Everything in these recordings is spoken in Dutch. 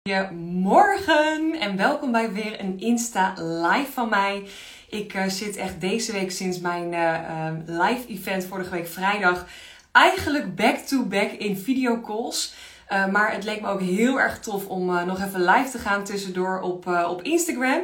Goedemorgen en welkom bij weer een Insta live van mij. Ik zit echt deze week sinds mijn live event vorige week vrijdag eigenlijk back-to-back in videocalls. Maar het leek me ook heel erg tof om nog even live te gaan tussendoor op Instagram.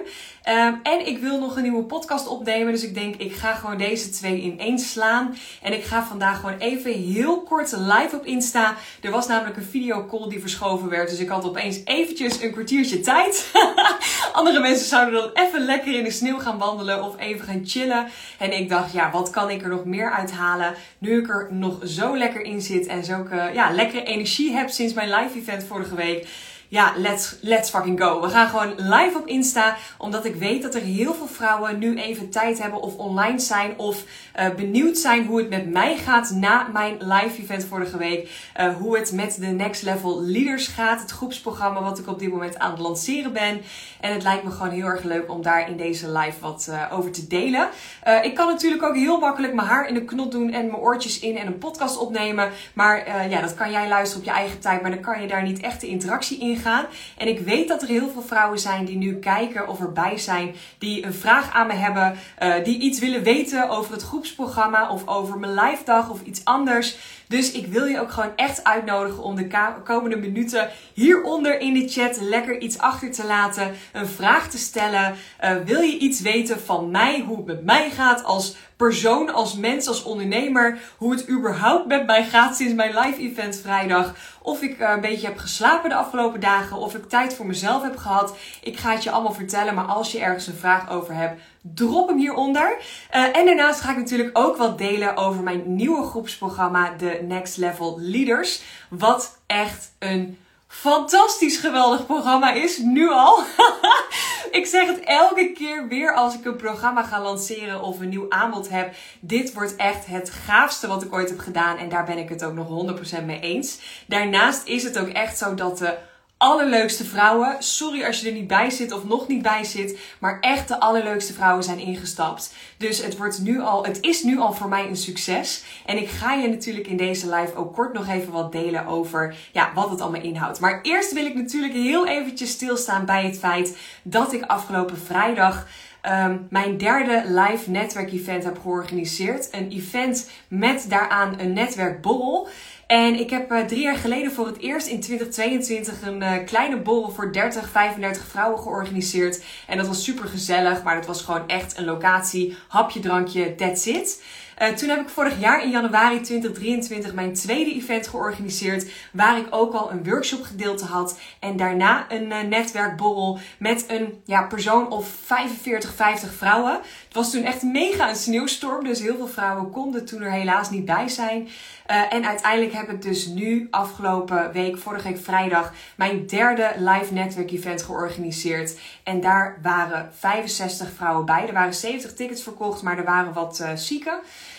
En ik wil nog een nieuwe podcast opnemen. Dus ik denk, ik ga gewoon deze twee in één slaan. En ik ga vandaag gewoon even heel kort live op Insta. Er was namelijk een videocall die verschoven werd. Dus ik had opeens eventjes een kwartiertje tijd. Andere mensen zouden dan even lekker in de sneeuw gaan wandelen of even gaan chillen. En ik dacht, ja, wat kan ik er nog meer uithalen? Nu ik er nog zo lekker in zit en zulke lekkere energie heb sinds mijn live event vorige week. Ja, let's fucking go. We gaan gewoon live op Insta. Omdat ik weet dat er heel veel vrouwen nu even tijd hebben of online zijn. Of benieuwd zijn hoe het met mij gaat na mijn live event vorige week. Hoe het met de Next Level Leaders gaat. Het groepsprogramma wat ik op dit moment aan het lanceren ben. En het lijkt me gewoon heel erg leuk om daar in deze live wat over te delen. Ik kan natuurlijk ook heel makkelijk mijn haar in de knot doen en mijn oortjes in en een podcast opnemen. Maar dat kan jij luisteren op je eigen tijd. Maar dan kan je daar niet echt de interactie in gaan. En ik weet dat er heel veel vrouwen zijn die nu kijken of erbij zijn, die een vraag aan me hebben, die iets willen weten over het groepsprogramma of over mijn live dag of iets anders. Dus ik wil je ook gewoon echt uitnodigen om de komende minuten hieronder in de chat lekker iets achter te laten, een vraag te stellen. Wil je iets weten van mij, hoe het met mij gaat als persoon, als mens, als ondernemer, hoe het überhaupt met mij gaat sinds mijn live event vrijdag. Of ik een beetje heb geslapen de afgelopen dagen, of ik tijd voor mezelf heb gehad. Ik ga het je allemaal vertellen, maar als je ergens een vraag over hebt, drop hem hieronder. En daarnaast ga ik natuurlijk ook wat delen over mijn nieuwe groepsprogramma, de Next Level Leaders. Wat echt een fantastisch geweldig programma is, nu al. Ik zeg het elke keer weer als ik een programma ga lanceren of een nieuw aanbod heb. Dit wordt echt het gaafste wat ik ooit heb gedaan en daar ben ik het ook nog 100% mee eens. Daarnaast is het ook echt zo dat de allerleukste vrouwen, sorry als je er niet bij zit of nog niet bij zit, maar echt de allerleukste vrouwen zijn ingestapt. Dus het is nu al voor mij een succes. En ik ga je natuurlijk in deze live ook kort nog even wat delen over wat het allemaal inhoudt. Maar eerst wil ik natuurlijk heel eventjes stilstaan bij het feit dat ik afgelopen vrijdag mijn derde live netwerkevent heb georganiseerd. Een event met daaraan een netwerkborrel. En ik heb 3 jaar geleden voor het eerst in 2022 een kleine borrel voor 30, 35 vrouwen georganiseerd. En dat was super gezellig, maar het was gewoon echt een locatie, hapje, drankje, that's it. Toen heb ik vorig jaar in januari 2023 mijn tweede event georganiseerd, waar ik ook al een workshop gedeelte had. En daarna een netwerkborrel met een persoon of 45, 50 vrouwen. Het was toen echt mega een sneeuwstorm, dus heel veel vrouwen konden toen er helaas niet bij zijn. En uiteindelijk heb ik dus nu afgelopen week, vorige week vrijdag, mijn derde live netwerk event georganiseerd. En daar waren 65 vrouwen bij. Er waren 70 tickets verkocht, maar er waren wat zieken.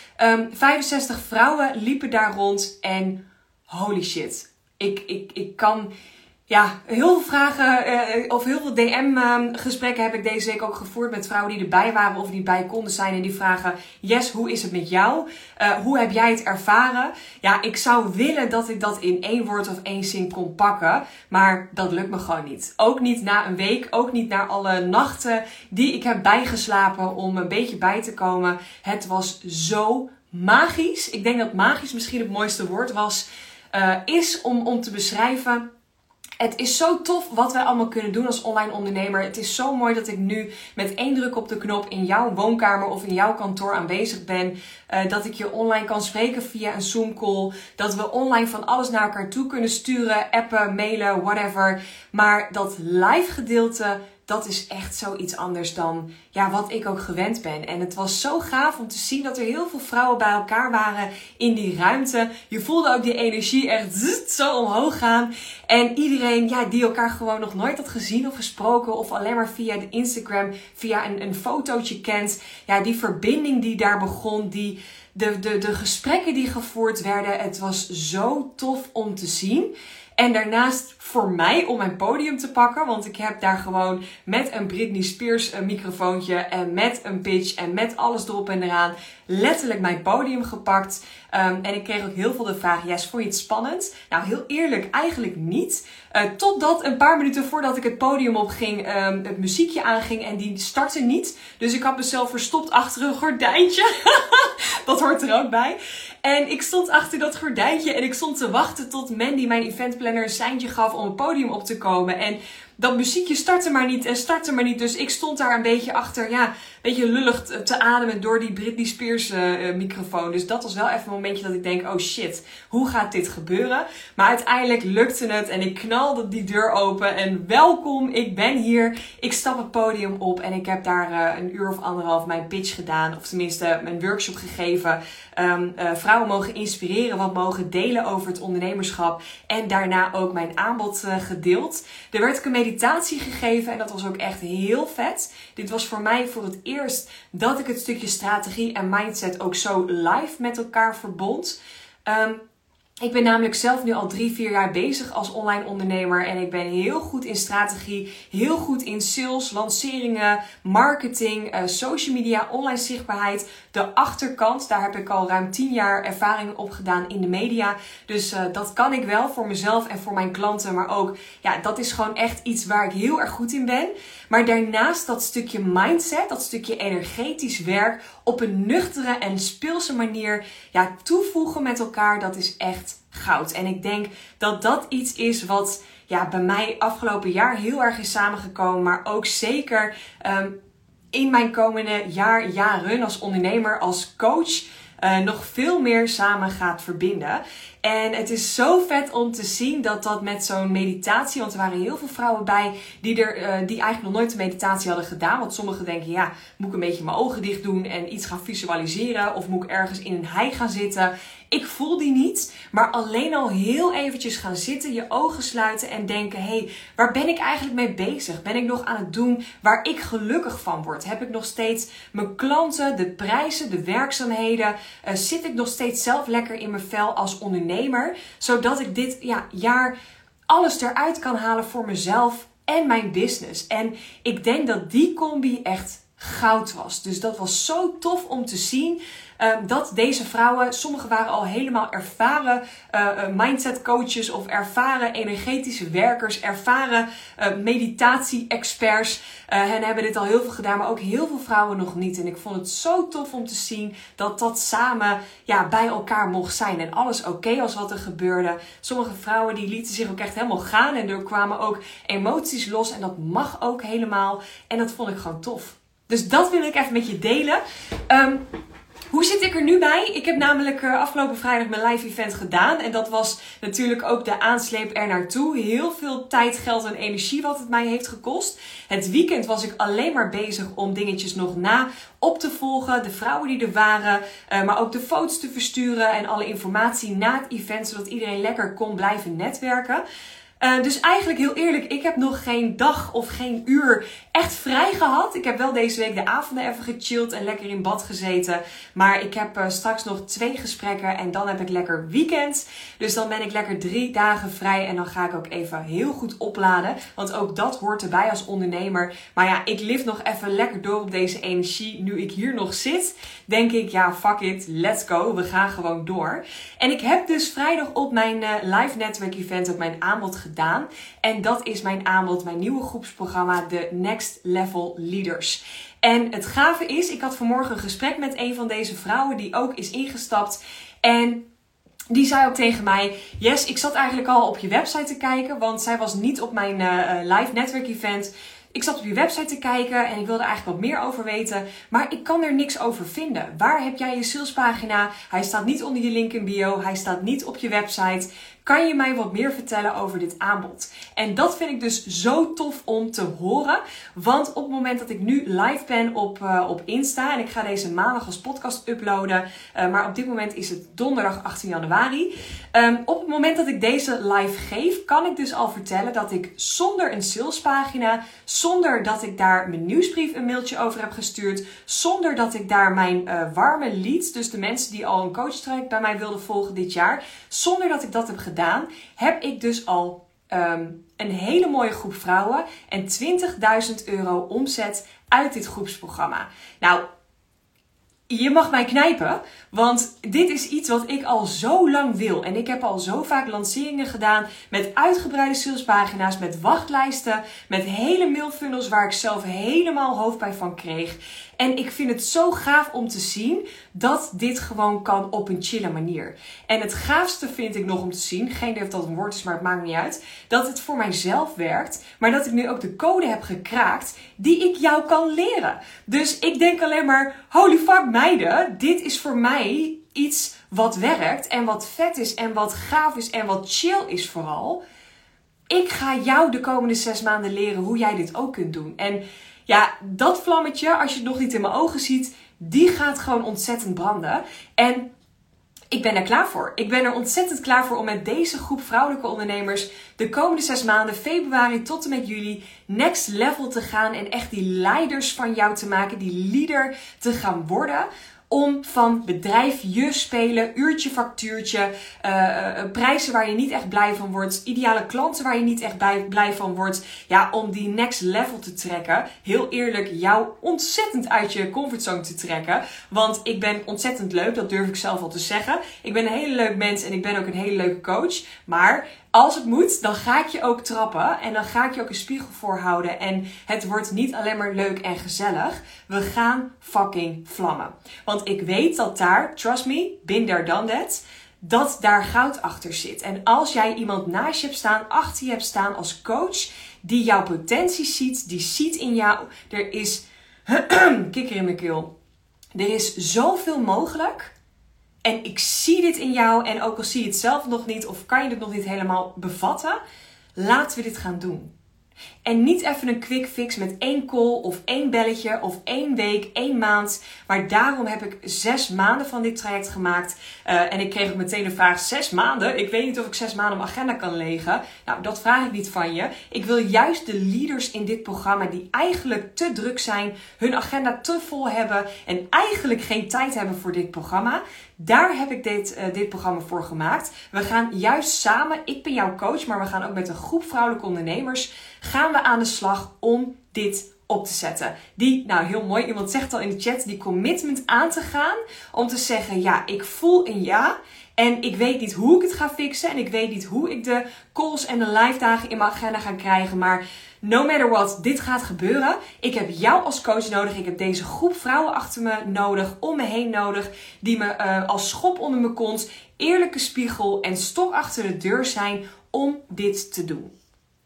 65 vrouwen liepen daar rond en holy shit. Ik kan heel veel vragen of heel veel DM-gesprekken heb ik deze week ook gevoerd met vrouwen die erbij waren of die bij konden zijn. En die vragen, Jess, hoe is het met jou? Hoe heb jij het ervaren? Ja, ik zou willen dat ik dat in 1 woord of 1 zin kon pakken. Maar dat lukt me gewoon niet. Ook niet na een week, ook niet na alle nachten die ik heb bijgeslapen om een beetje bij te komen. Het was zo magisch. Ik denk dat magisch misschien het mooiste woord is om te beschrijven. Het is zo tof wat wij allemaal kunnen doen als online ondernemer. Het is zo mooi dat ik nu met 1 druk op de knop in jouw woonkamer of in jouw kantoor aanwezig ben. Dat ik je online kan spreken via een Zoom call. Dat we online van alles naar elkaar toe kunnen sturen, appen, mailen, whatever. Maar dat live gedeelte, dat is echt zoiets anders dan wat ik ook gewend ben. En het was zo gaaf om te zien dat er heel veel vrouwen bij elkaar waren in die ruimte. Je voelde ook die energie echt zo omhoog gaan. En iedereen die elkaar gewoon nog nooit had gezien of gesproken of alleen maar via de Instagram, via een fotootje kent. Ja, die verbinding die daar begon, de gesprekken die gevoerd werden. Het was zo tof om te zien. En daarnaast voor mij om mijn podium te pakken. Want ik heb daar gewoon met een Britney Spears microfoontje en met een pitch en met alles erop en eraan letterlijk mijn podium gepakt. En ik kreeg ook heel veel de vraag, Jess, vond je het spannend? Nou, heel eerlijk, eigenlijk niet. Totdat een paar minuten voordat ik het podium opging, het muziekje aanging en die startte niet. Dus ik had mezelf verstopt achter een gordijntje. Dat hoort er ook bij. En ik stond achter dat gordijntje en ik stond te wachten tot Mandy, mijn eventplanner, een seintje gaf om het podium op te komen. En dat muziekje startte maar niet. Dus ik stond daar een beetje achter, ja, een beetje lullig te ademen door die Britney Spears microfoon. Dus dat was wel even een momentje dat ik denk, oh shit, hoe gaat dit gebeuren? Maar uiteindelijk lukte het en ik knalde die deur open en welkom, ik ben hier. Ik stap het podium op en ik heb daar een uur of anderhalf mijn pitch gedaan. Of tenminste mijn workshop gegeven. Vrouwen mogen inspireren, wat mogen delen over het ondernemerschap. En daarna ook mijn aanbod gedeeld. Er werd een meditatie gegeven en dat was ook echt heel vet. Dit was voor mij voor het eerst dat ik het stukje strategie en mindset ook zo live met elkaar verbond. Ik ben namelijk zelf nu al 3-4 jaar bezig als online ondernemer. En ik ben heel goed in strategie, heel goed in sales, lanceringen, marketing, social media, online zichtbaarheid. De achterkant, daar heb ik al ruim 10 jaar ervaring op gedaan in de media. Dus dat kan ik wel voor mezelf en voor mijn klanten. Maar ook, ja, dat is gewoon echt iets waar ik heel erg goed in ben. Maar daarnaast dat stukje mindset, dat stukje energetisch werk op een nuchtere en speelse manier toevoegen met elkaar, dat is echt goud. En ik denk dat dat iets is wat bij mij afgelopen jaar heel erg is samengekomen. Maar ook zeker in mijn komende jaren als ondernemer, als coach, nog veel meer samen gaat verbinden. En het is zo vet om te zien dat met zo'n meditatie, want er waren heel veel vrouwen bij die eigenlijk nog nooit een meditatie hadden gedaan. Want sommigen denken, moet ik een beetje mijn ogen dicht doen en iets gaan visualiseren? Of moet ik ergens in een hei gaan zitten? Ik voel die niet, maar alleen al heel eventjes gaan zitten, je ogen sluiten en denken, waar ben ik eigenlijk mee bezig? Ben ik nog aan het doen waar ik gelukkig van word? Heb ik nog steeds mijn klanten, de prijzen, de werkzaamheden? Zit ik nog steeds zelf lekker in mijn vel als ondernemer? Zodat ik dit jaar alles eruit kan halen voor mezelf en mijn business. En ik denk dat die combi echt goud was. Dus dat was zo tof om te zien. Dat deze vrouwen, sommigen waren al helemaal ervaren mindset coaches of ervaren energetische werkers, ervaren meditatie-experts. Hen hebben dit al heel veel gedaan, maar ook heel veel vrouwen nog niet. En ik vond het zo tof om te zien dat samen bij elkaar mocht zijn. En alles oké was wat er gebeurde. Sommige vrouwen die lieten zich ook echt helemaal gaan en er kwamen ook emoties los. En dat mag ook helemaal. En dat vond ik gewoon tof. Dus dat wil ik even met je delen. Hoe zit ik er nu bij? Ik heb namelijk afgelopen vrijdag mijn live event gedaan. En dat was natuurlijk ook de aansleep er naartoe. Heel veel tijd, geld en energie wat het mij heeft gekost. Het weekend was ik alleen maar bezig om dingetjes nog na op te volgen. De vrouwen die er waren. Maar ook de foto's te versturen en alle informatie na het event. Zodat iedereen lekker kon blijven netwerken. Dus eigenlijk heel eerlijk, ik heb nog geen dag of geen uur echt vrij gehad. Ik heb wel deze week de avonden even gechilled en lekker in bad gezeten. Maar ik heb straks nog 2 gesprekken en dan heb ik lekker weekend. Dus dan ben ik lekker 3 dagen vrij en dan ga ik ook even heel goed opladen. Want ook dat hoort erbij als ondernemer. Maar ik live nog even lekker door op deze energie. Nu ik hier nog zit, denk ik, fuck it, let's go. We gaan gewoon door. En ik heb dus vrijdag op mijn live network event ook mijn aanbod gedaan. En dat is mijn aanbod, mijn nieuwe groepsprogramma, de Next Level Leaders. En het gave is, ik had vanmorgen een gesprek met een van deze vrouwen die ook is ingestapt. En die zei ook tegen mij, Jess, ik zat eigenlijk al op je website te kijken, want zij was niet op mijn live network event. Ik zat op je website te kijken en ik wilde eigenlijk wat meer over weten, maar ik kan er niks over vinden. Waar heb jij je salespagina? Hij staat niet onder je link in bio, hij staat niet op je website. Kan je mij wat meer vertellen over dit aanbod? En dat vind ik dus zo tof om te horen. Want op het moment dat ik nu live ben op Insta. En ik ga deze maandag als podcast uploaden. Maar op dit moment is het donderdag 18 januari. Op het moment dat ik deze live geef. Kan ik dus al vertellen dat ik zonder een salespagina. Zonder dat ik daar mijn nieuwsbrief een mailtje over heb gestuurd. Zonder dat ik daar mijn warme leads. Dus de mensen die al een coachtraject bij mij wilden volgen dit jaar. Zonder dat ik dat heb gedaan. Heb ik dus al een hele mooie groep vrouwen en €20.000 omzet uit dit groepsprogramma. Nou, je mag mij knijpen, want dit is iets wat ik al zo lang wil. En ik heb al zo vaak lanceringen gedaan met uitgebreide salespagina's, met wachtlijsten, met hele mailfunnels waar ik zelf helemaal hoofdpijn van kreeg. En ik vind het zo gaaf om te zien dat dit gewoon kan op een chille manier. En het gaafste vind ik nog om te zien, geen idee of dat een woord is, maar het maakt niet uit, dat het voor mijzelf werkt, maar dat ik nu ook de code heb gekraakt die ik jou kan leren. Dus ik denk alleen maar, holy fuck meiden, dit is voor mij iets wat werkt en wat vet is en wat gaaf is en wat chill is vooral. Ik ga jou de komende 6 maanden leren hoe jij dit ook kunt doen. En ja, dat vlammetje, als je het nog niet in mijn ogen ziet, die gaat gewoon ontzettend branden. En ik ben er klaar voor. Ik ben er ontzettend klaar voor om met deze groep vrouwelijke ondernemers de komende 6 maanden, februari tot en met juli, next level te gaan. En echt die leiders van jou te maken, die leader te gaan worden. Om van bedrijf je spelen, uurtje factuurtje, prijzen waar je niet echt blij van wordt, ideale klanten waar je niet echt blij van wordt. Ja, om die next level te trekken. Heel eerlijk, jou ontzettend uit je comfortzone te trekken. Want ik ben ontzettend leuk, dat durf ik zelf al te zeggen. Ik ben een hele leuk mens en ik ben ook een hele leuke coach. Maar als het moet, dan ga ik je ook trappen en dan ga ik je ook een spiegel voorhouden. En het wordt niet alleen maar leuk en gezellig. We gaan fucking vlammen. Want ik weet dat daar, trust me, been there, done that, dat daar goud achter zit. En als jij iemand naast je hebt staan, achter je hebt staan als coach, die jouw potentie ziet, die ziet in jou, er is, kikker in mijn keel, er is zoveel mogelijk. En ik zie dit in jou en ook al zie je het zelf nog niet of kan je het nog niet helemaal bevatten, laten we dit gaan doen. En niet even een quick fix met 1 call of 1 belletje of 1 week, 1 maand. Maar daarom heb ik 6 maanden van dit traject gemaakt. En ik kreeg ook meteen de vraag, 6 maanden? Ik weet niet of ik 6 maanden op mijn agenda kan leggen. Nou, dat vraag ik niet van je. Ik wil juist de leaders in dit programma die eigenlijk te druk zijn, hun agenda te vol hebben en eigenlijk geen tijd hebben voor dit programma. Daar heb ik dit programma voor gemaakt. We gaan juist samen, ik ben jouw coach, maar we gaan ook met een groep vrouwelijke ondernemers, gaan we aan de slag om dit op te zetten. Die, nou heel mooi, iemand zegt al in de chat, die commitment aan te gaan om te zeggen, ja, ik voel een ja. En ik weet niet hoe ik het ga fixen. En ik weet niet hoe ik de calls en de live dagen in mijn agenda ga krijgen. Maar no matter what, dit gaat gebeuren. Ik heb jou als coach nodig. Ik heb deze groep vrouwen achter me nodig. Om me heen nodig. Die me als schop onder mijn kont, eerlijke spiegel en stok achter de deur zijn om dit te doen.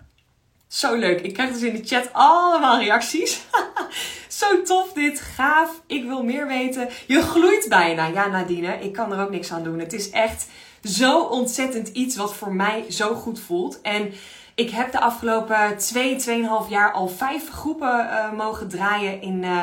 Zo leuk. Ik krijg dus in de chat allemaal reacties. Zo tof dit. Gaaf. Ik wil meer weten. Je gloeit bijna. Ja, Nadine. Ik kan er ook niks aan doen. Het is echt zo ontzettend iets wat voor mij zo goed voelt. En ik heb de afgelopen 2,5 jaar al 5 groepen mogen draaien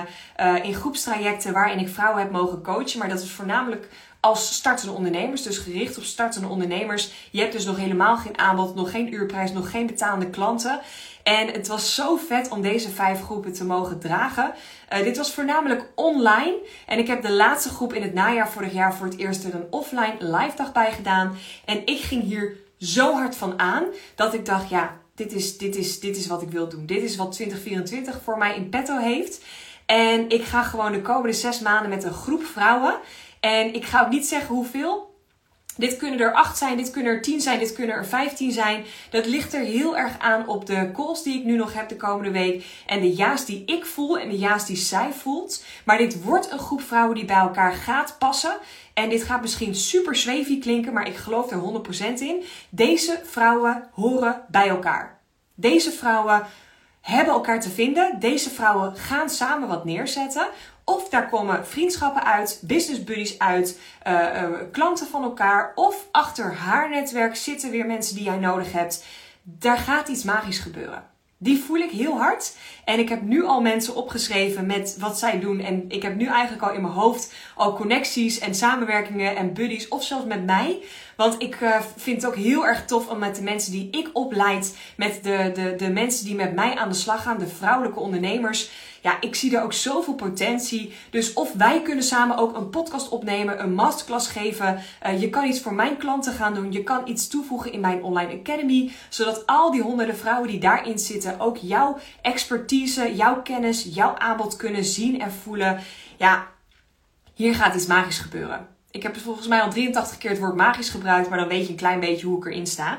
in groepstrajecten waarin ik vrouwen heb mogen coachen. Maar dat is voornamelijk als startende ondernemers, dus gericht op startende ondernemers. Je hebt dus nog helemaal geen aanbod, nog geen uurprijs, nog geen betalende klanten. En het was zo vet om deze 5 groepen te mogen dragen. Dit was voornamelijk online. En ik heb de laatste groep in het najaar vorig jaar voor het eerst er een offline live dag bij gedaan. En ik ging hier zo hard van aan dat ik dacht, ja, dit is wat ik wil doen. Dit is wat 2024 voor mij in petto heeft. En ik ga gewoon de komende 6 maanden met een groep vrouwen. En ik ga ook niet zeggen hoeveel. Dit kunnen er 8 zijn, dit kunnen er 10 zijn, dit kunnen er 15 zijn. Dat ligt er heel erg aan op de calls die ik nu nog heb de komende week. En de ja's die ik voel en de ja's die zij voelt. Maar dit wordt een groep vrouwen die bij elkaar gaat passen. En dit gaat misschien super zweefy klinken, maar ik geloof er 100% in. Deze vrouwen horen bij elkaar. Deze vrouwen hebben elkaar te vinden. Deze vrouwen gaan samen wat neerzetten. Of daar komen vriendschappen uit, business buddies uit, klanten van elkaar. Of achter haar netwerk zitten weer mensen die jij nodig hebt. Daar gaat iets magisch gebeuren. Die voel ik heel hard. En ik heb nu al mensen opgeschreven met wat zij doen. En ik heb nu eigenlijk al in mijn hoofd al connecties en samenwerkingen en buddies. Of zelfs met mij. Want ik vind het ook heel erg tof om met de mensen die ik opleid. Met de mensen die met mij aan de slag gaan. De vrouwelijke ondernemers. Ja, ik zie er ook zoveel potentie. Dus of wij kunnen samen ook een podcast opnemen. Een masterclass geven. Je kan iets voor mijn klanten gaan doen. Je kan iets toevoegen in mijn online academy. Zodat al die honderden vrouwen die daarin zitten ook jouw expertise, jouw kennis, jouw aanbod kunnen zien en voelen. Ja, Hier gaat iets magisch gebeuren. Ik heb volgens mij al 83 keer het woord magisch gebruikt, maar dan weet je een klein beetje hoe ik erin sta.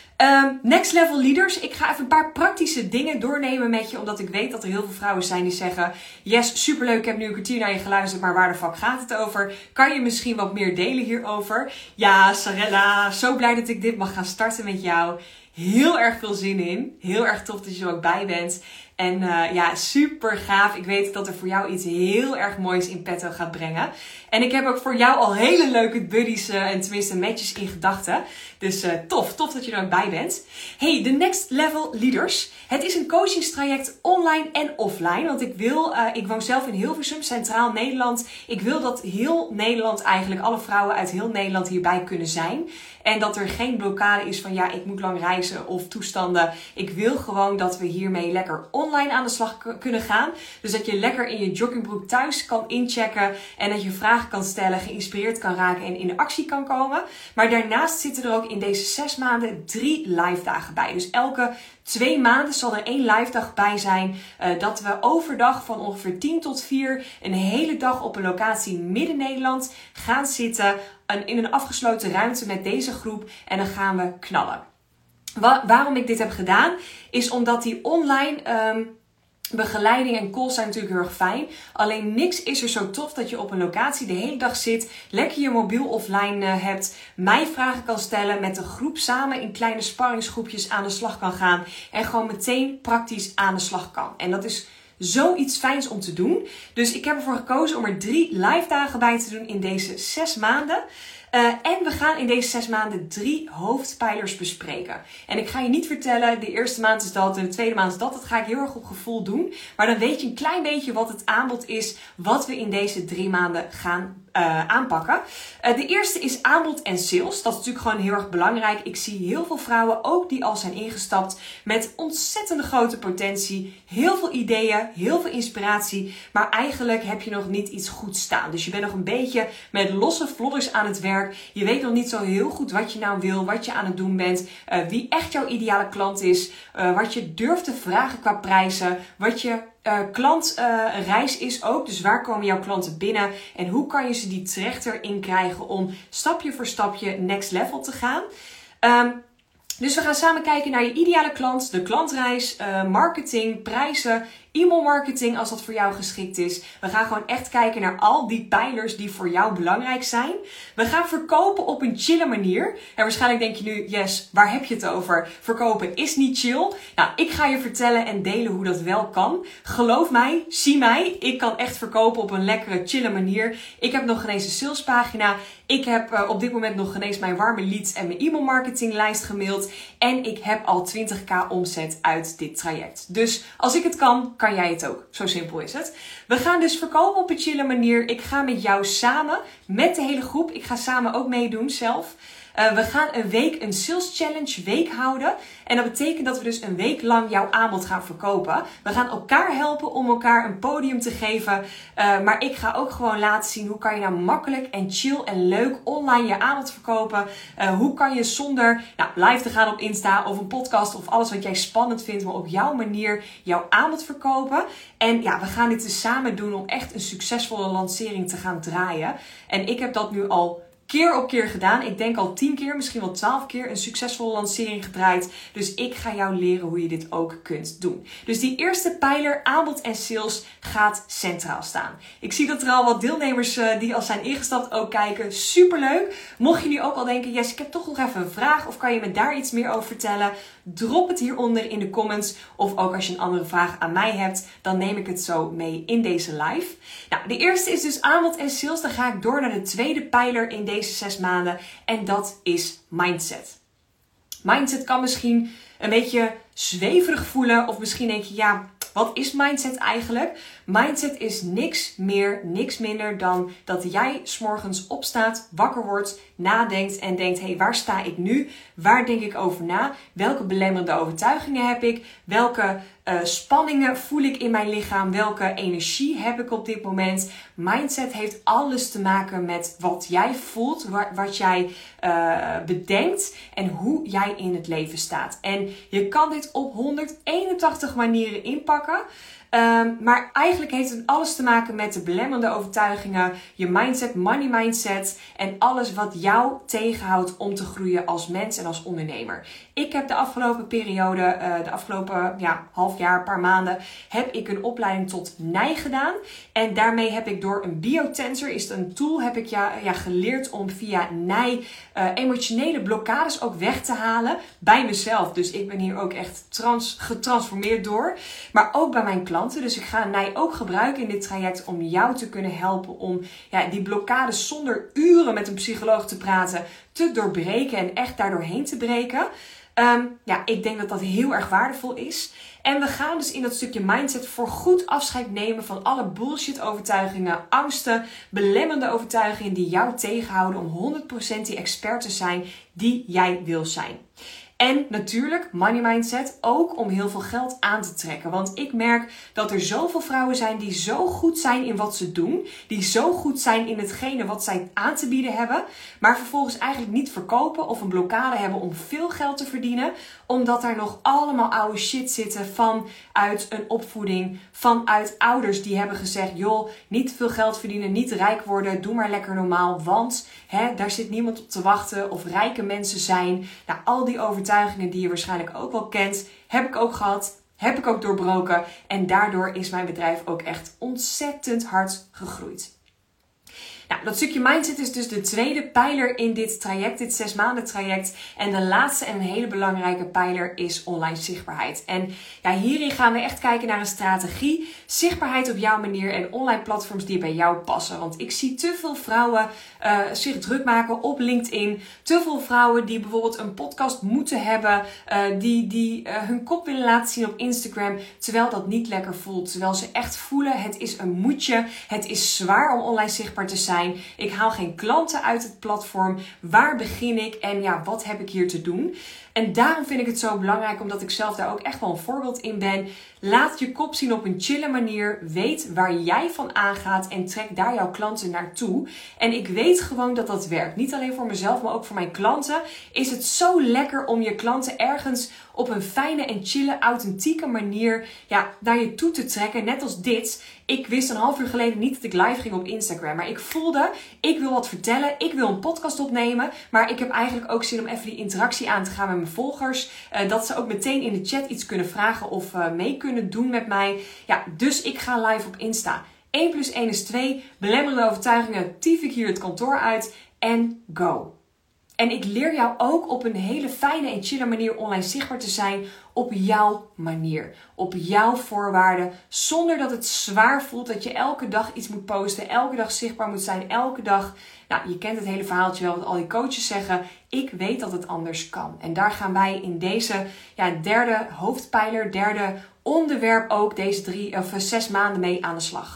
Next level leaders. Ik ga even een paar praktische dingen doornemen met je. Omdat ik weet dat er heel veel vrouwen zijn die zeggen... Yes, superleuk, ik heb nu een kwartier naar je geluisterd, maar waar de fuck gaat het over? Kan je misschien wat meer delen hierover? Ja, Sarella, zo blij dat ik dit mag gaan starten met jou. Heel erg veel zin in. Heel erg tof dat je er ook bij bent. En ja, super gaaf. Ik weet dat er voor jou iets heel erg moois in petto gaat brengen. En ik heb ook voor jou al hele leuke buddies en tenminste matches in gedachten. Dus tof dat je er ook bij bent. Hey, de Next Level Leaders. Het is een coachingstraject online en offline. Want ik woon zelf in Hilversum, Centraal Nederland. Ik wil dat heel Nederland eigenlijk, alle vrouwen uit heel Nederland hierbij kunnen zijn. En dat er geen blokkade is van ja, ik moet lang reizen of toestanden. Ik wil gewoon dat we hiermee lekker online aan de slag kunnen gaan. Dus dat je lekker in je joggingbroek thuis kan inchecken. En dat je vragen kan stellen, geïnspireerd kan raken en in de actie kan komen. Maar daarnaast zitten er ook in deze 6 maanden 3 live dagen bij. Dus elke 2 maanden zal er 1 live dag bij zijn. Dat we overdag van ongeveer 10 tot 4 een hele dag op een locatie midden Nederland gaan zitten. In een afgesloten ruimte met deze groep. En dan gaan we knallen. Waarom ik dit heb gedaan is omdat die online begeleiding en calls zijn natuurlijk heel erg fijn. Alleen niks is er zo tof dat je op een locatie de hele dag zit. Lekker je mobiel offline hebt. Mij vragen kan stellen. Met de groep samen in kleine sparringsgroepjes aan de slag kan gaan. En gewoon meteen praktisch aan de slag kan. En dat is zoiets fijns om te doen. Dus ik heb ervoor gekozen om er 3 live dagen bij te doen in deze 6 maanden. En we gaan in deze 6 maanden 3 hoofdpijlers bespreken. En ik ga je niet vertellen, de eerste maand is dat en de tweede maand is dat. Dat ga ik heel erg op gevoel doen. Maar dan weet je een klein beetje wat het aanbod is wat we in deze 3 maanden gaan aanpakken. De eerste is aanbod en sales. Dat is natuurlijk gewoon heel erg belangrijk. Ik zie heel veel vrouwen, ook die al zijn ingestapt, met ontzettende grote potentie. Heel veel ideeën, heel veel inspiratie. Maar eigenlijk heb je nog niet iets goed staan. Dus je bent nog een beetje met losse vlodders aan het werk. Je weet nog niet zo heel goed wat je nou wil, wat je aan het doen bent, wie echt jouw ideale klant is, wat je durft te vragen qua prijzen, wat je klantreis is ook. Dus waar komen jouw klanten binnen en hoe kan je ze die terecht erin krijgen om stapje voor stapje next level te gaan. Dus we gaan samen kijken naar je ideale klant, de klantreis, marketing, prijzen, e-mailmarketing als dat voor jou geschikt is. We gaan gewoon echt kijken naar al die pijlers die voor jou belangrijk zijn. We gaan verkopen op een chille manier. En waarschijnlijk denk je nu, yes, waar heb je het over? Verkopen is niet chill. Nou, ik ga je vertellen en delen hoe dat wel kan. Geloof mij, zie mij. Ik kan echt verkopen op een lekkere, chille manier. Ik heb nog geen eens een salespagina. Ik heb op dit moment nog geen eens mijn warme leads en mijn e-mailmarketinglijst gemaild. En ik heb al 20.000 omzet uit dit traject. Dus als ik het kan jij het ook. Zo simpel is het. We gaan dus verkopen op een chille manier. Ik ga met jou samen, met de hele groep. Ik ga samen ook meedoen zelf. We gaan een week een sales challenge week houden. En dat betekent dat we dus een week lang jouw aanbod gaan verkopen. We gaan elkaar helpen om elkaar een podium te geven. Maar ik ga ook gewoon laten zien hoe kan je nou makkelijk en chill en leuk online je aanbod verkopen. Hoe kan je zonder live te gaan op Insta of een podcast of alles wat jij spannend vindt, maar op jouw manier jouw aanbod verkopen. En ja, we gaan dit dus samen doen om echt een succesvolle lancering te gaan draaien. En ik heb dat nu al keer op keer gedaan. Ik denk al 10 keer, misschien wel 12 keer een succesvolle lancering gedraaid. Dus ik ga jou leren hoe je dit ook kunt doen. Dus die eerste pijler, aanbod en sales, gaat centraal staan. Ik zie dat er al wat deelnemers die al zijn ingestapt ook kijken. Superleuk. Mocht je nu ook al denken, yes, ik heb toch nog even een vraag of kan je me daar iets meer over vertellen? Drop het hieronder in de comments. Of ook als je een andere vraag aan mij hebt, dan neem ik het zo mee in deze live. Nou, de eerste is dus aanbod en sales. Dan ga ik door naar de tweede pijler in deze 6 maanden. En dat is mindset. Mindset kan misschien een beetje zweverig voelen. Of misschien denk je, ja, wat is mindset eigenlijk? Mindset is niks meer, niks minder dan dat jij 's morgens opstaat, wakker wordt, nadenkt en denkt, hey, waar sta ik nu? Waar denk ik over na? Welke belemmerende overtuigingen heb ik? Welke spanningen voel ik in mijn lichaam? Welke energie heb ik op dit moment? Mindset heeft alles te maken met wat jij voelt, wat jij bedenkt en hoe jij in het leven staat. En je kan dit op 181 manieren inpakken. Maar eigenlijk heeft het alles te maken met de belemmerende overtuigingen, je mindset, money mindset en alles wat jou tegenhoudt om te groeien als mens en als ondernemer. Ik heb de afgelopen periode, de afgelopen half jaar, paar maanden, heb ik een opleiding tot NIJ gedaan. En daarmee heb ik door een biotensor, is het een tool, heb ik geleerd om via NIJ emotionele blokkades ook weg te halen bij mezelf. Dus ik ben hier ook echt getransformeerd door. Maar ook bij mijn klanten. Dus ik ga NIJ ook gebruiken in dit traject om jou te kunnen helpen om die blokkades zonder uren met een psycholoog te praten te doorbreken en echt daardoorheen te breken. Ik denk dat dat heel erg waardevol is. En we gaan dus in dat stukje mindset voor goed afscheid nemen van alle bullshit overtuigingen, angsten, belemmerende overtuigingen die jou tegenhouden om 100% die expert te zijn die jij wil zijn. En natuurlijk, money mindset, ook om heel veel geld aan te trekken. Want ik merk dat er zoveel vrouwen zijn die zo goed zijn in wat ze doen. Die zo goed zijn in hetgene wat zij aan te bieden hebben. Maar vervolgens eigenlijk niet verkopen of een blokkade hebben om veel geld te verdienen. Omdat er nog allemaal oude shit zitten vanuit een opvoeding. Vanuit ouders die hebben gezegd, joh, niet veel geld verdienen, niet rijk worden. Doe maar lekker normaal, want daar zit niemand op te wachten. Of rijke mensen zijn. Nou, al die overtuigingen die je waarschijnlijk ook wel kent, heb ik ook gehad. Heb ik ook doorbroken. En daardoor is mijn bedrijf ook echt ontzettend hard gegroeid. Nou, dat stukje mindset is dus de tweede pijler in dit traject, dit 6 maanden traject. En de laatste en een hele belangrijke pijler is online zichtbaarheid. En hierin gaan we echt kijken naar een strategie, zichtbaarheid op jouw manier en online platforms die bij jou passen. Want ik zie te veel vrouwen zich druk maken op LinkedIn. Te veel vrouwen die bijvoorbeeld een podcast moeten hebben, die hun kop willen laten zien op Instagram, terwijl dat niet lekker voelt. Terwijl ze echt voelen, het is een moedje, het is zwaar om online zichtbaar te zijn. Ik haal geen klanten uit het platform. Waar begin ik? En wat heb ik hier te doen? En daarom vind ik het zo belangrijk, omdat ik zelf daar ook echt wel een voorbeeld in ben. Laat je kop zien op een chille manier. Weet waar jij van aangaat en trek daar jouw klanten naartoe. En ik weet gewoon dat dat werkt. Niet alleen voor mezelf, maar ook voor mijn klanten. Is het zo lekker om je klanten ergens op een fijne en chille, authentieke manier naar je toe te trekken. Net als dit. Ik wist een half uur geleden niet dat ik live ging op Instagram. Maar ik voelde, ik wil wat vertellen. Ik wil een podcast opnemen. Maar ik heb eigenlijk ook zin om even die interactie aan te gaan met mijn volgers. Dat ze ook meteen in de chat iets kunnen vragen of mee kunnen doen met mij. Dus ik ga live op Insta. 1 + 1 is 2. Belemmerende overtuigingen tief ik hier het kantoor uit. En go. En ik leer jou ook op een hele fijne en chille manier online zichtbaar te zijn op jouw manier. Op jouw voorwaarden. Zonder dat het zwaar voelt dat je elke dag iets moet posten. Elke dag zichtbaar moet zijn. Elke dag. Je kent het hele verhaaltje wel wat al die coaches zeggen. Ik weet dat het anders kan. En daar gaan wij in deze derde hoofdpijler, derde onderwerp ook deze 6 maanden mee aan de slag.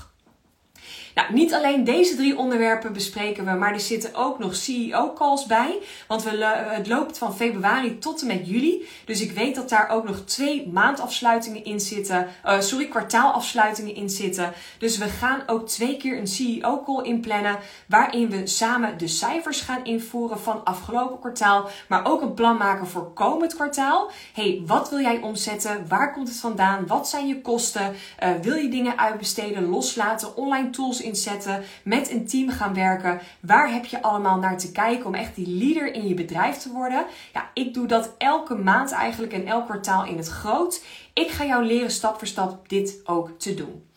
Nou, niet alleen deze 3 onderwerpen bespreken we, maar er zitten ook nog CEO-calls bij. Want het loopt van februari tot en met juli. Dus ik weet dat daar ook nog 2 maandafsluitingen in zitten. Kwartaalafsluitingen in zitten. Dus we gaan ook 2 keer een CEO-call inplannen. Waarin we samen de cijfers gaan invoeren van afgelopen kwartaal. Maar ook een plan maken voor komend kwartaal. Wat wil jij omzetten? Waar komt het vandaan? Wat zijn je kosten? Wil je dingen uitbesteden, loslaten, online tools inzetten, met een team gaan werken? Waar heb je allemaal naar te kijken om echt die leader in je bedrijf te worden? Ik doe dat elke maand eigenlijk en elk kwartaal in het groot. Ik ga jou leren stap voor stap dit ook te doen.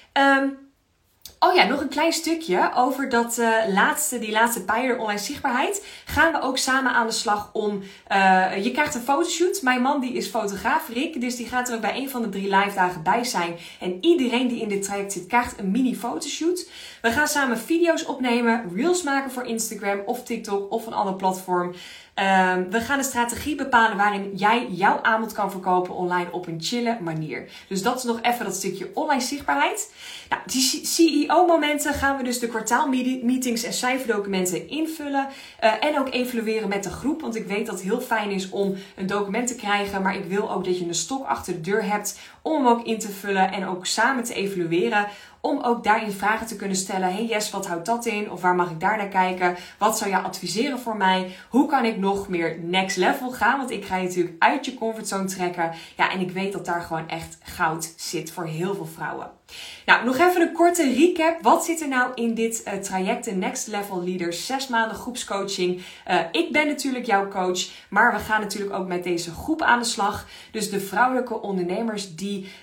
Nog een klein stukje over die laatste pijler online zichtbaarheid. Gaan we ook samen aan de slag om... je krijgt een fotoshoot. Mijn man die is fotograaf, Rick. Dus die gaat er ook bij een van de 3 live dagen bij zijn. En iedereen die in dit traject zit, krijgt een mini fotoshoot. We gaan samen video's opnemen. Reels maken voor Instagram of TikTok of een ander platform. We gaan een strategie bepalen waarin jij jouw aanbod kan verkopen online op een chille manier. Dus dat is nog even dat stukje online zichtbaarheid. Die CEO-momenten gaan we dus de kwartaalmeetings en cijferdocumenten invullen. En ook evalueren met de groep. Want ik weet dat het heel fijn is om een document te krijgen. Maar ik wil ook dat je een stok achter de deur hebt om hem ook in te vullen en ook samen te evalueren. Om ook daarin vragen te kunnen stellen. Hey Jess, wat houdt dat in? Of waar mag ik daar naar kijken? Wat zou jij adviseren voor mij? Hoe kan ik nog meer next level gaan? Want ik ga je natuurlijk uit je comfortzone trekken. Ja, en ik weet dat daar gewoon echt goud zit voor heel veel vrouwen. Nou, nog even een korte recap. Wat zit er nou in dit traject, de Next Level Leaders 6 maanden groepscoaching? Ik ben natuurlijk jouw coach, maar we gaan natuurlijk ook met deze groep aan de slag. Dus de vrouwelijke ondernemers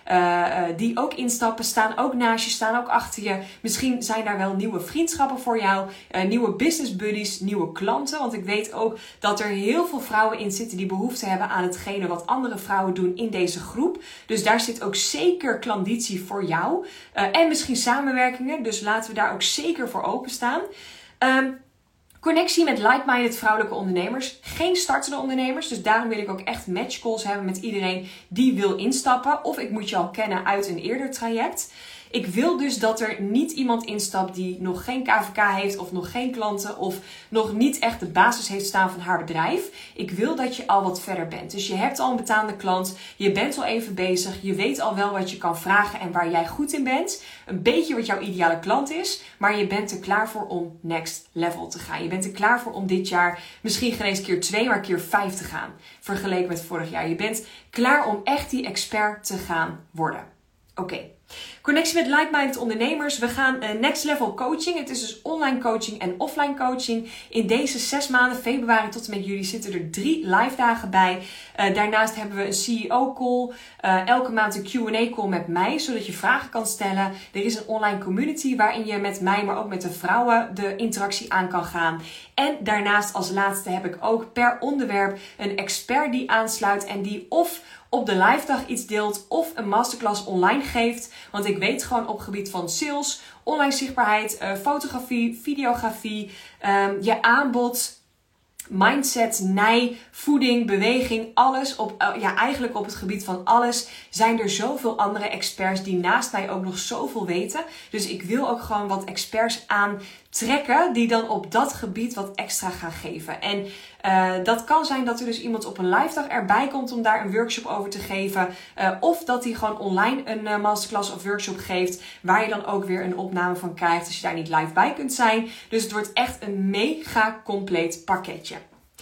die ook instappen, staan ook naast je, staan ook achter je. Misschien zijn daar wel nieuwe vriendschappen voor jou, nieuwe business buddies, nieuwe klanten. Want ik weet ook dat er heel veel vrouwen in zitten die behoefte hebben aan hetgene wat andere vrouwen doen in deze groep. Dus daar zit ook zeker klanditie voor jou. En misschien samenwerkingen, dus laten we daar ook zeker voor openstaan. Connectie met like-minded vrouwelijke ondernemers. Geen startende ondernemers. Dus daarom wil ik ook echt matchcalls hebben met iedereen die wil instappen. Of ik moet je al kennen uit een eerder traject. Ik wil dus dat er niet iemand instapt die nog geen KVK heeft of nog geen klanten of nog niet echt de basis heeft staan van haar bedrijf. Ik wil dat je al wat verder bent. Dus je hebt al een betaande klant, je bent al even bezig, je weet al wel wat je kan vragen en waar jij goed in bent. Een beetje wat jouw ideale klant is, maar je bent er klaar voor om next level te gaan. Je bent er klaar voor om dit jaar misschien geen eens keer 2, maar keer 5 te gaan. Vergeleken met vorig jaar. Je bent klaar om echt die expert te gaan worden. Oké. Connectie met like-minded ondernemers. We gaan next level coaching. Het is dus online coaching en offline coaching. In deze 6 maanden, februari tot en met juli, zitten er 3 live dagen bij. Daarnaast hebben we een CEO call. Elke maand een Q&A call met mij, zodat je vragen kan stellen. Er is een online community waarin je met mij, maar ook met de vrouwen de interactie aan kan gaan. En daarnaast als laatste heb ik ook per onderwerp een expert die aansluit en die of op de live dag iets deelt of een masterclass online geeft. Want ik weet gewoon op gebied van sales, online zichtbaarheid, fotografie, videografie, je aanbod, mindset, voeding, beweging, alles. Eigenlijk op het gebied van alles zijn er zoveel andere experts die naast mij ook nog zoveel weten. Dus ik wil ook gewoon wat experts aantrekken die dan op dat gebied wat extra gaan geven. En dat kan zijn dat er dus iemand op een live dag erbij komt om daar een workshop over te geven. Of dat hij gewoon online een masterclass of workshop geeft waar je dan ook weer een opname van krijgt als je daar niet live bij kunt zijn. Dus het wordt echt een mega compleet pakketje.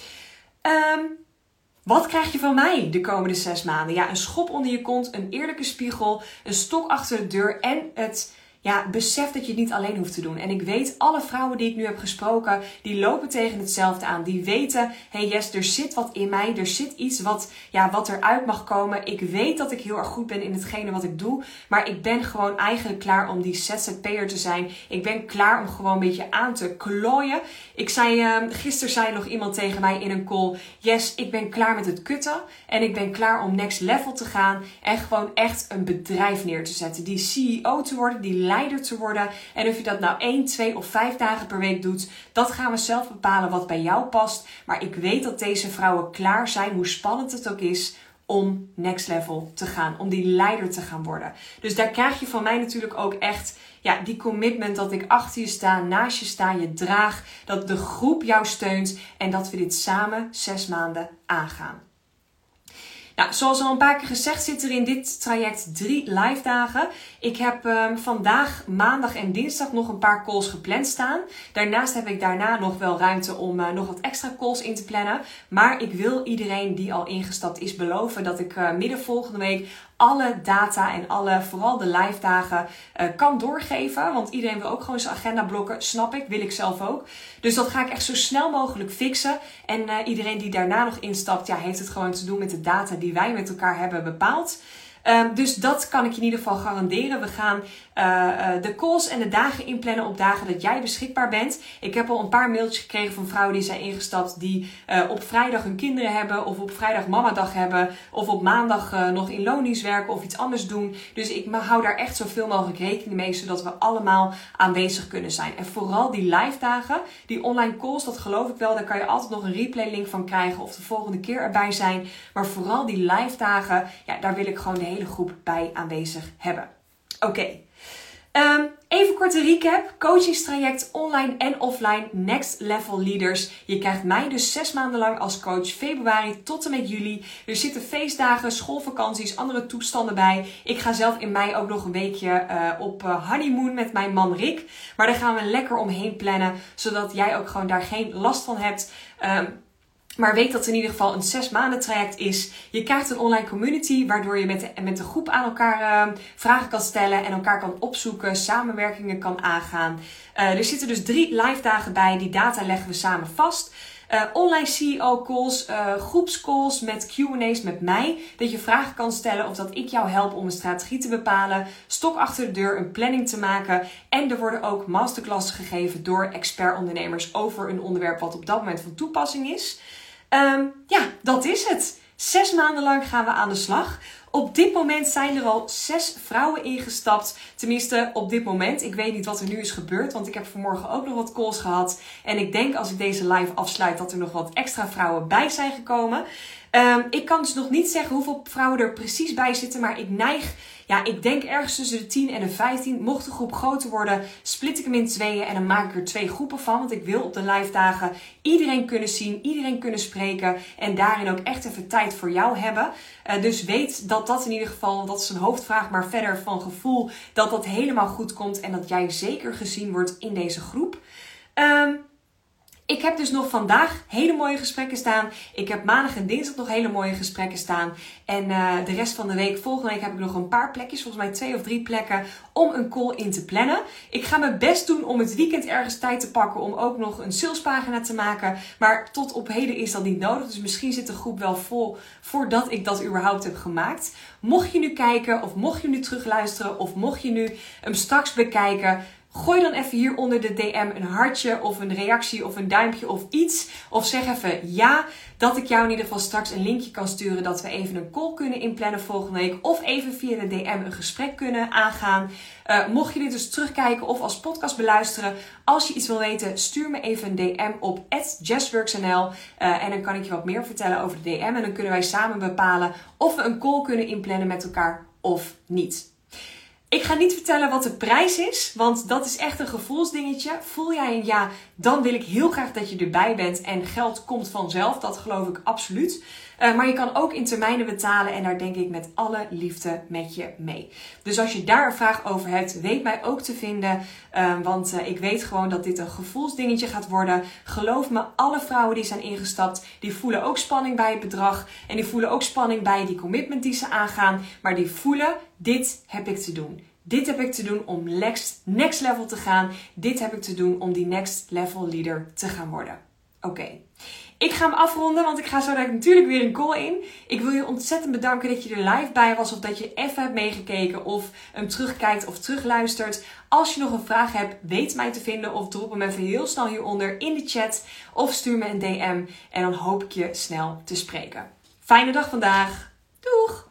Wat krijg je van mij de komende 6 maanden? Ja, een schop onder je kont, een eerlijke spiegel, een stok achter de deur en het besef dat je het niet alleen hoeft te doen. En ik weet, alle vrouwen die ik nu heb gesproken, die lopen tegen hetzelfde aan. Die weten, hey Jess, er zit wat in mij. Er zit iets wat eruit mag komen. Ik weet dat ik heel erg goed ben in hetgene wat ik doe. Maar ik ben gewoon eigenlijk klaar om die ZZP'er te zijn. Ik ben klaar om gewoon een beetje aan te klooien. Gisteren zei nog iemand tegen mij in een call, Jess, ik ben klaar met het kutten. En ik ben klaar om next level te gaan. En gewoon echt een bedrijf neer te zetten. Die CEO te worden, die leider te worden. En of je dat nou 1, 2 of 5 dagen per week doet, dat gaan we zelf bepalen wat bij jou past. Maar ik weet dat deze vrouwen klaar zijn, hoe spannend het ook is, om next level te gaan. Om die leider te gaan worden. Dus daar krijg je van mij natuurlijk ook echt die commitment dat ik achter je sta, naast je sta, je draag. Dat de groep jou steunt en dat we dit samen 6 maanden aangaan. Nou, zoals al een paar keer gezegd zit er in dit traject 3 live dagen. Ik heb vandaag, maandag en dinsdag nog een paar calls gepland staan. Daarnaast heb ik daarna nog wel ruimte om nog wat extra calls in te plannen. Maar ik wil iedereen die al ingestapt is beloven dat ik midden volgende week alle data en vooral de live dagen kan doorgeven. Want iedereen wil ook gewoon zijn agenda blokken. Snap ik, wil ik zelf ook. Dus dat ga ik echt zo snel mogelijk fixen. En iedereen die daarna nog instapt, heeft het gewoon te doen met de data die wij met elkaar hebben bepaald. Dus dat kan ik je in ieder geval garanderen. We gaan de calls en de dagen inplannen op dagen dat jij beschikbaar bent. Ik heb al een paar mailtjes gekregen van vrouwen die zijn ingestapt die op vrijdag hun kinderen hebben of op vrijdag mamadag hebben of op maandag nog in loondienst werken of iets anders doen. Dus ik hou daar echt zoveel mogelijk rekening mee, zodat we allemaal aanwezig kunnen zijn. En vooral die live dagen, die online calls, dat geloof ik wel, daar kan je altijd nog een replay link van krijgen of de volgende keer erbij zijn. Maar vooral die live dagen, daar wil ik gewoon de hele groep bij aanwezig hebben. Oké. Even korte recap. Coachingstraject online en offline. Next Level Leaders. Je krijgt mij dus 6 maanden lang als coach. Februari tot en met juli. Er zitten feestdagen, schoolvakanties, andere toestanden bij. Ik ga zelf in mei ook nog een weekje op honeymoon met mijn man Rick. Maar daar gaan we lekker omheen plannen. Zodat jij ook gewoon daar geen last van hebt. Maar weet dat het in ieder geval een 6 maanden traject is. Je krijgt een online community waardoor je met de groep aan elkaar vragen kan stellen en elkaar kan opzoeken, samenwerkingen kan aangaan. Er zitten dus 3 live dagen bij. Die data leggen we samen vast. Online CEO calls, groepscalls met Q&A's met mij. Dat je vragen kan stellen of dat ik jou help om een strategie te bepalen. Stok achter de deur, een planning te maken. En er worden ook masterclasses gegeven door expert-ondernemers over een onderwerp wat op dat moment van toepassing is. Dat is het. 6 maanden lang gaan we aan de slag. Op dit moment zijn er al 6 vrouwen ingestapt. Tenminste, op dit moment. Ik weet niet wat er nu is gebeurd, want ik heb vanmorgen ook nog wat calls gehad. En ik denk als ik deze live afsluit dat er nog wat extra vrouwen bij zijn gekomen. Ik kan dus nog niet zeggen hoeveel vrouwen er precies bij zitten, maar ik denk ergens tussen de 10 en de 15. Mocht de groep groter worden, split ik hem in 2 en dan maak ik er 2 groepen van. Want ik wil op de live dagen iedereen kunnen zien, iedereen kunnen spreken en daarin ook echt even tijd voor jou hebben. Dus weet dat in ieder geval, dat is een hoofdvraag, maar verder van gevoel dat dat helemaal goed komt en dat jij zeker gezien wordt in deze groep. Ik heb dus nog vandaag hele mooie gesprekken staan. Ik heb maandag en dinsdag nog hele mooie gesprekken staan. En de rest van de week, volgende week heb ik nog een paar plekjes. Volgens mij 2 of 3 plekken om een call in te plannen. Ik ga mijn best doen om het weekend ergens tijd te pakken om ook nog een salespagina te maken. Maar tot op heden is dat niet nodig. Dus misschien zit de groep wel vol voordat ik dat überhaupt heb gemaakt. Mocht je nu kijken of mocht je nu terugluisteren of mocht je nu hem straks bekijken, gooi dan even hier onder de DM een hartje of een reactie of een duimpje of iets. Of zeg even ja, dat ik jou in ieder geval straks een linkje kan sturen dat we even een call kunnen inplannen volgende week. Of even via de DM een gesprek kunnen aangaan. Mocht je dit dus terugkijken of als podcast beluisteren. Als je iets wil weten, stuur me even een DM op @jessworksnl. En dan kan ik je wat meer vertellen over de DM. En dan kunnen wij samen bepalen of we een call kunnen inplannen met elkaar of niet. Ik ga niet vertellen wat de prijs is, want dat is echt een gevoelsdingetje. Voel jij een ja, dan wil ik heel graag dat je erbij bent en geld komt vanzelf. Dat geloof ik absoluut. Maar je kan ook in termijnen betalen en daar denk ik met alle liefde met je mee. Dus als je daar een vraag over hebt, weet mij ook te vinden. Want ik weet gewoon dat dit een gevoelsdingetje gaat worden. Geloof me, alle vrouwen die zijn ingestapt, die voelen ook spanning bij het bedrag. En die voelen ook spanning bij die commitment die ze aangaan. Maar die voelen, dit heb ik te doen. Dit heb ik te doen om next level te gaan. Dit heb ik te doen om die next level leader te gaan worden. Oké. Ik ga hem afronden, want ik ga zo natuurlijk weer een call in. Ik wil je ontzettend bedanken dat je er live bij was. Of dat je even hebt meegekeken of hem terugkijkt of terugluistert. Als je nog een vraag hebt, weet mij te vinden. Of drop hem even heel snel hieronder in de chat. Of stuur me een DM. En dan hoop ik je snel te spreken. Fijne dag vandaag. Doeg!